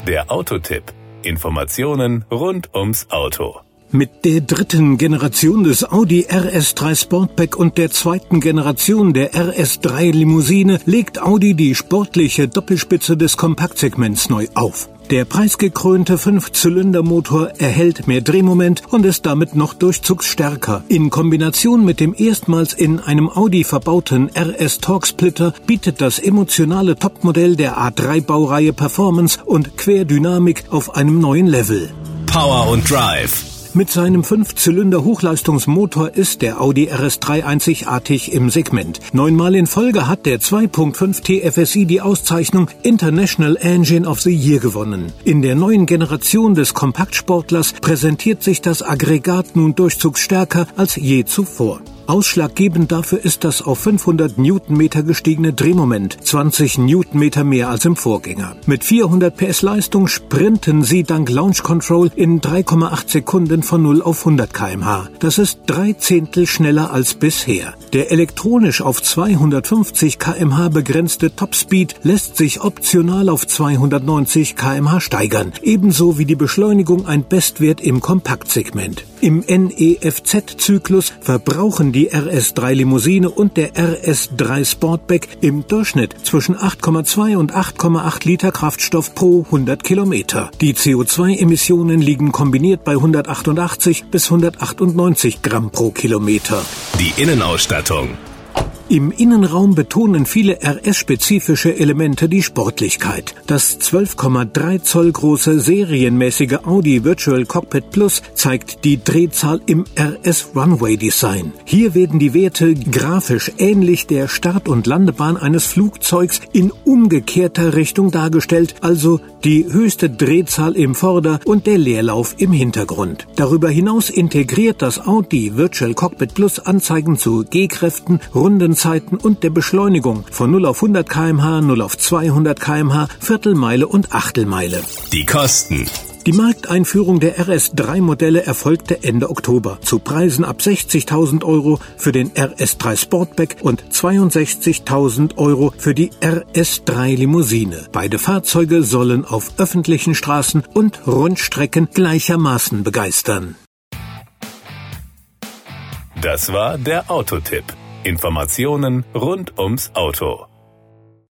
Der Autotipp. Informationen rund ums Auto. Mit der dritten Generation des Audi RS3 Sportback und der zweiten Generation der RS3 Limousine legt Audi die sportliche Doppelspitze des Kompaktsegments neu auf. Der preisgekrönte 5-Zylinder-Motor erhält mehr Drehmoment und ist damit noch durchzugsstärker. In Kombination mit dem erstmals in einem Audi verbauten RS-Torque-Splitter bietet das emotionale Topmodell der A3-Baureihe Performance und Querdynamik auf einem neuen Level. Power und Drive. Mit seinem 5-Zylinder-Hochleistungsmotor ist der Audi RS3 einzigartig im Segment. 9-mal in Folge hat der 2.5 TFSI die Auszeichnung International Engine of the Year gewonnen. In der neuen Generation des Kompaktsportlers präsentiert sich das Aggregat nun durchzugsstärker als je zuvor. Ausschlaggebend dafür ist das auf 500 Newtonmeter gestiegene Drehmoment, 20 Newtonmeter mehr als im Vorgänger. Mit 400 PS Leistung sprinten sie dank Launch Control in 3,8 Sekunden von 0 auf 100 km/h. Das ist 3/10 schneller als bisher. Der elektronisch auf 250 km/h begrenzte Topspeed lässt sich optional auf 290 km/h steigern, ebenso wie die Beschleunigung ein Bestwert im Kompaktsegment. Im NEFZ-Zyklus verbrauchen die RS3 Limousine und der RS3 Sportback im Durchschnitt zwischen 8,2 und 8,8 Liter Kraftstoff pro 100 Kilometer. Die CO2-Emissionen liegen kombiniert bei 188 bis 198 Gramm pro Kilometer. Die Innenausstattung. Im Innenraum betonen viele RS-spezifische Elemente die Sportlichkeit. Das 12,3 Zoll große serienmäßige Audi Virtual Cockpit Plus zeigt die Drehzahl im RS Runway Design. Hier werden die Werte grafisch ähnlich der Start- und Landebahn eines Flugzeugs in umgekehrter Richtung dargestellt, also die höchste Drehzahl im Vorder- und der Leerlauf im Hintergrund. Darüber hinaus integriert das Audi Virtual Cockpit Plus Anzeigen zu G-Kräften, Rundenzeiten und der Beschleunigung von 0 auf 100 km/h, 0 auf 200 km/h, Viertelmeile und Achtelmeile. Die Kosten. Die Markteinführung der RS3-Modelle erfolgte Ende Oktober zu Preisen ab 60.000 € für den RS3 Sportback und 62.000 € für die RS3 Limousine. Beide Fahrzeuge sollen auf öffentlichen Straßen und Rundstrecken gleichermaßen begeistern. Das war der Autotipp. Informationen rund ums Auto.